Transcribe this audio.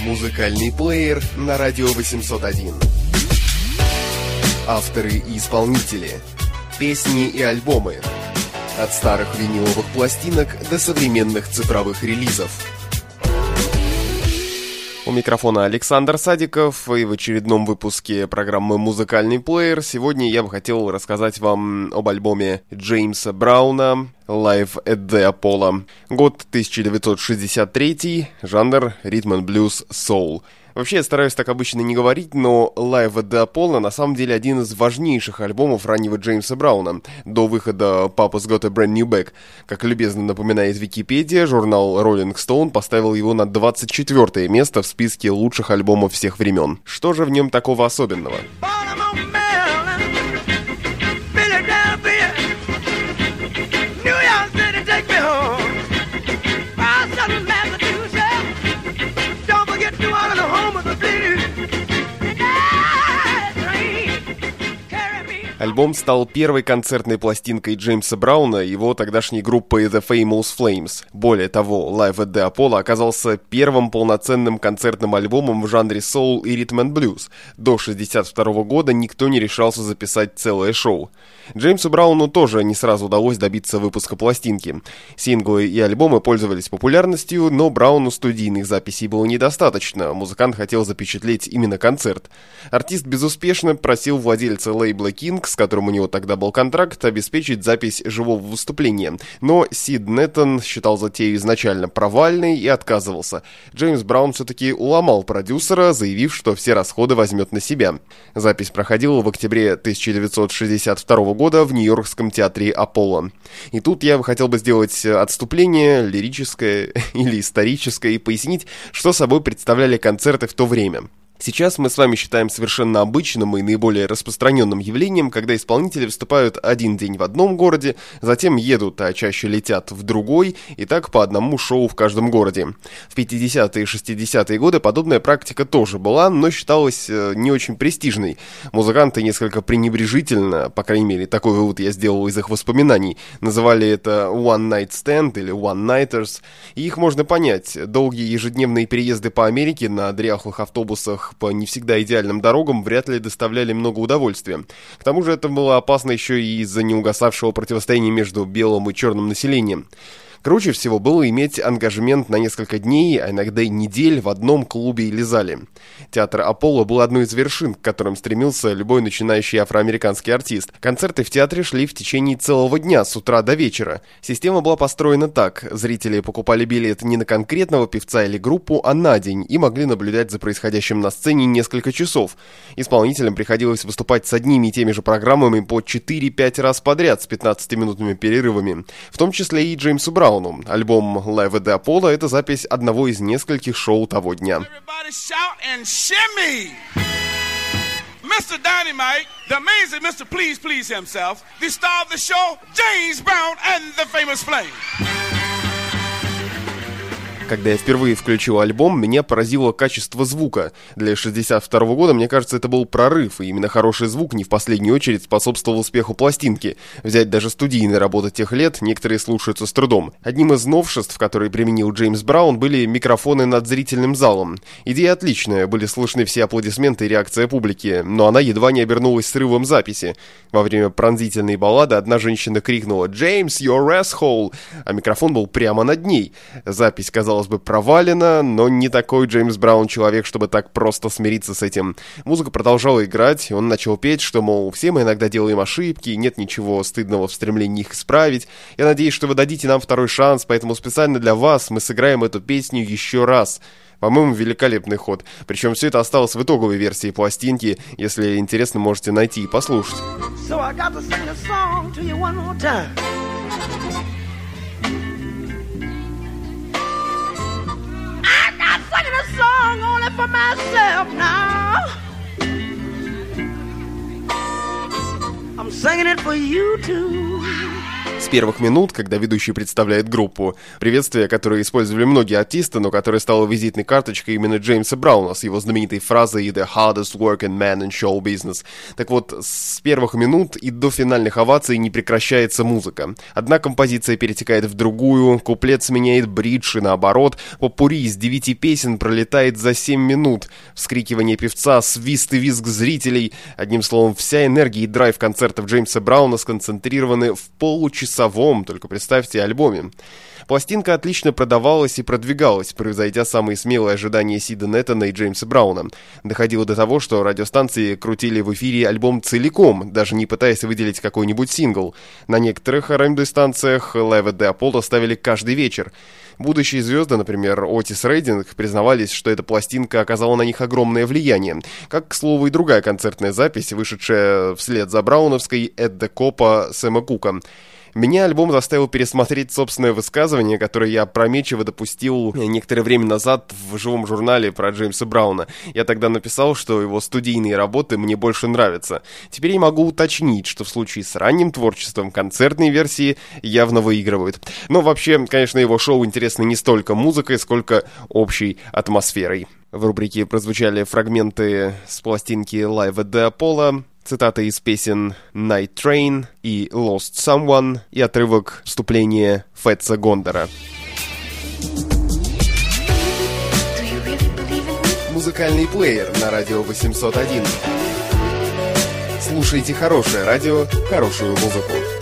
Музыкальный плеер на радио 801. Авторы и исполнители. Песни и альбомы. От старых виниловых пластинок до современных цифровых релизов. У микрофона Александр Садиков, и в очередном выпуске программы «Музыкальный плеер» сегодня я бы хотел рассказать вам об альбоме Джеймса Брауна «Live at the Apollo». Год 1963, жанр ритм and блюз soul. Вообще, я стараюсь так обычно не говорить, но Live at the Apollo на самом деле один из важнейших альбомов раннего Джеймса Брауна, до выхода Papa's Got a Brand New Bag. Как любезно напоминает Википедия, журнал Rolling Stone поставил его на 24 место в списке лучших альбомов всех времен. Что же в нем такого особенного? Альбом стал первой концертной пластинкой Джеймса Брауна и его тогдашней группы The Famous Flames. Более того, Live at the Apollo оказался первым полноценным концертным альбомом в жанре soul и rhythm and blues. До 1962 года никто не решался записать целое шоу. Джеймсу Брауну тоже не сразу удалось добиться выпуска пластинки. Синглы и альбомы пользовались популярностью, но Брауну студийных записей было недостаточно. Музыкант хотел запечатлеть именно концерт. Артист безуспешно просил владельца лейбла King, с которым у него тогда был контракт, обеспечить запись живого выступления. Но Сид Неттон считал затею изначально провальной и отказывался. Джеймс Браун все-таки уломал продюсера, заявив, что все расходы возьмет на себя. Запись проходила в октябре 1962 года в Нью-Йоркском театре Аполло. И тут я хотел бы сделать отступление, лирическое или историческое, и пояснить, что собой представляли концерты в то время. Сейчас мы с вами считаем совершенно обычным и наиболее распространенным явлением, когда исполнители выступают один день в одном городе, затем едут, а чаще летят в другой, и так по одному шоу в каждом городе. В 50-е и 60-е годы подобная практика тоже была, но считалась не очень престижной. Музыканты несколько пренебрежительно, по крайней мере, такой вывод я сделал из их воспоминаний, называли это One Night Stand или One Nighters, и их можно понять. Долгие ежедневные переезды по Америке на дряхлых автобусах по не всегда идеальным дорогам вряд ли доставляли много удовольствия. К тому же это было опасно еще и из-за неугасавшего противостояния между белым и черным населением. Круче всего было иметь ангажемент на несколько дней, а иногда и недель в одном клубе или зале. Театр Аполло был одной из вершин, к которым стремился любой начинающий афроамериканский артист. Концерты в театре шли в течение целого дня, с утра до вечера. Система была построена так. Зрители покупали билет не на конкретного певца или группу, а на день, и могли наблюдать за происходящим на сцене несколько часов. Исполнителям приходилось выступать с одними и теми же программами по 4-5 раз подряд с 15-минутными перерывами. В том числе и Джеймсу Брауну. Альбом Live at the Apollo — это запись одного из нескольких шоу того дня. Mr. Dynamite, the amazing Mr. Please Please himself, the star of the show, James Brown and the Famous Flames. Когда я впервые включил альбом, меня поразило качество звука. Для 1962 года, мне кажется, это был прорыв, и именно хороший звук не в последнюю очередь способствовал успеху пластинки. Взять даже студийные работы тех лет, некоторые слушаются с трудом. Одним из новшеств, которые применил Джеймс Браун, были микрофоны над зрительным залом. Идея отличная, были слышны все аплодисменты и реакция публики, но она едва не обернулась срывом записи. Во время пронзительной баллады одна женщина крикнула «Джеймс, you're asshole!», а микрофон был прямо над ней. Запись казалась бы провалена, но не такой Джеймс Браун человек, чтобы так просто смириться с этим. Музыка продолжала играть, и он начал петь, что, мол, все мы иногда делаем ошибки, и нет ничего стыдного в стремлении их исправить. Я надеюсь, что вы дадите нам второй шанс, поэтому специально для вас мы сыграем эту песню еще раз. По-моему, великолепный ход. Причем все это осталось в итоговой версии пластинки. Если интересно, можете найти и послушать. Singing a song only for myself now. I'm singing it for you too. С первых минут, когда ведущий представляет группу, приветствие, которое использовали многие артисты, но которое стало визитной карточкой именно Джеймса Брауна с его знаменитой фразой «The hardest working man in show business». Так вот, с первых минут и до финальных оваций не прекращается музыка. Одна композиция перетекает в другую, куплет сменяет бридж и наоборот, попурри из 9 песен пролетает за 7 минут. Вскрикивание певца, свист и визг зрителей. Одним словом, вся энергия и драйв концертов Джеймса Брауна сконцентрированы в получасовом, только представьте, альбоме. Пластинка отлично продавалась и продвигалась, превзойдя самые смелые ожидания Сида Нэттона и Джеймса Брауна. Доходило до того, что радиостанции крутили в эфире альбом целиком, даже не пытаясь выделить какой-нибудь сингл. На некоторых радиостанциях Live at the Apollo ставили каждый вечер. Будущие звезды, например, Отис Рейдинг, признавались, что эта пластинка оказала на них огромное влияние. Как, к слову, и другая концертная запись, вышедшая вслед за брауновской «At the Copa» Сэма Кука. Меня альбом заставил пересмотреть собственное высказывание, которое я опрометчиво допустил некоторое время назад в живом журнале про Джеймса Брауна. Я тогда написал, что его студийные работы мне больше нравятся. Теперь я могу уточнить, что в случае с ранним творчеством концертные версии явно выигрывают. Но вообще, конечно, его шоу интересно не столько музыкой, сколько общей атмосферой. В рубрике прозвучали фрагменты с пластинки Live at the Apollo, цитаты из песен Night Train и Lost Someone и отрывок вступления Фетца Гондора. Музыкальный плеер на радио 801. Слушайте хорошее радио, хорошую музыку.